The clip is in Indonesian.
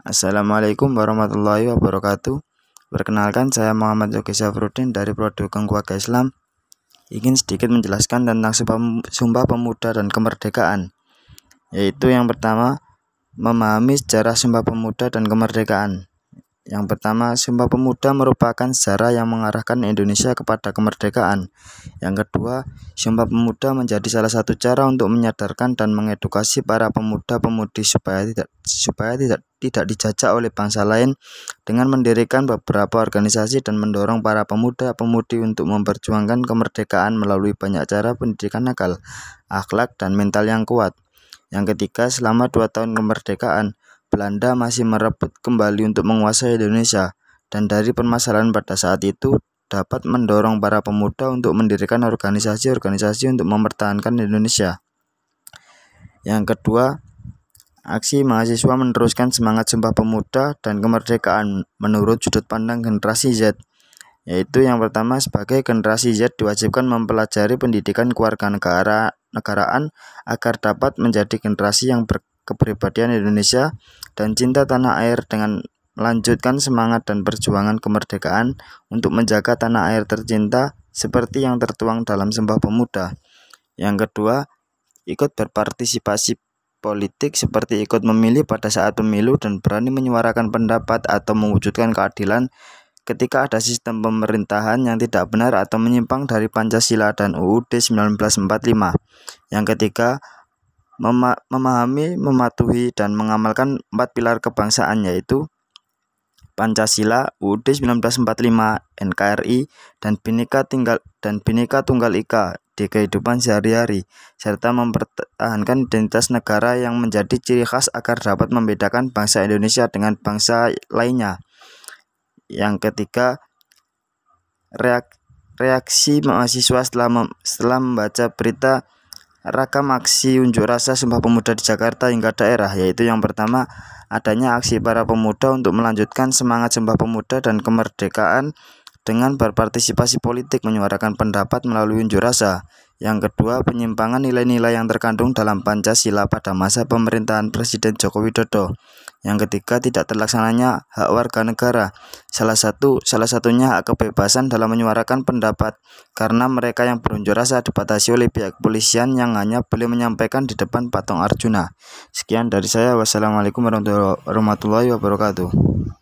Assalamualaikum warahmatullahi wabarakatuh. Perkenalkan, saya Muhammad Yogi Syafruddin dari Prodi Hukum Keluarga Islam. Ingin sedikit menjelaskan tentang Sumpah Pemuda dan Kemerdekaan, yaitu yang pertama, memahami sejarah Sumpah Pemuda dan Kemerdekaan. Yang pertama, Sumpah Pemuda merupakan sejarah yang mengarahkan Indonesia kepada kemerdekaan. Yang kedua, Sumpah Pemuda menjadi salah satu cara untuk menyadarkan dan mengedukasi para pemuda-pemudi supaya tidak dijajah oleh bangsa lain dengan mendirikan beberapa organisasi dan mendorong para pemuda-pemudi untuk memperjuangkan kemerdekaan melalui banyak cara pendidikan akal, akhlak, dan mental yang kuat. Yang ketiga, selama 2 tahun kemerdekaan, Belanda masih merebut kembali untuk menguasai Indonesia, dan dari permasalahan pada saat itu dapat mendorong para pemuda untuk mendirikan organisasi-organisasi untuk mempertahankan Indonesia. Yang kedua, aksi mahasiswa meneruskan semangat Sumpah Pemuda dan Kemerdekaan menurut sudut pandang generasi Z, yaitu yang pertama, sebagai generasi Z diwajibkan mempelajari pendidikan kewarganegaraan agar dapat menjadi generasi yang berkepribadian Indonesia dan cinta tanah air dengan melanjutkan semangat dan perjuangan kemerdekaan untuk menjaga tanah air tercinta seperti yang tertuang dalam Sumpah Pemuda. Yang kedua, ikut berpartisipasi politik seperti ikut memilih pada saat pemilu dan berani menyuarakan pendapat atau mewujudkan keadilan ketika ada sistem pemerintahan yang tidak benar atau menyimpang dari Pancasila dan UUD 1945. Yang ketiga, memahami, mematuhi, dan mengamalkan 4 pilar kebangsaan, yaitu Pancasila, UUD 1945, NKRI, dan Bhinneka Tunggal Ika di kehidupan sehari-hari, serta mempertahankan identitas negara yang menjadi ciri khas agar dapat membedakan bangsa Indonesia dengan bangsa lainnya. Yang ketiga, reaksi mahasiswa setelah membaca berita rakam aksi unjuk rasa Sumpah Pemuda di Jakarta hingga daerah, yaitu yang pertama, adanya aksi para pemuda untuk melanjutkan semangat Sumpah Pemuda dan Kemerdekaan dengan berpartisipasi politik menyuarakan pendapat melalui unjuk rasa. Yang kedua, penyimpangan nilai-nilai yang terkandung dalam Pancasila pada masa pemerintahan Presiden Joko Widodo. Yang ketiga, tidak terlaksananya hak warga negara, salah satunya hak kebebasan dalam menyuarakan pendapat, karena mereka yang berunjuk rasa dibatasi oleh pihak kepolisian yang hanya boleh menyampaikan di depan patung Arjuna. Sekian dari saya. Wassalamualaikum warahmatullahi wabarakatuh.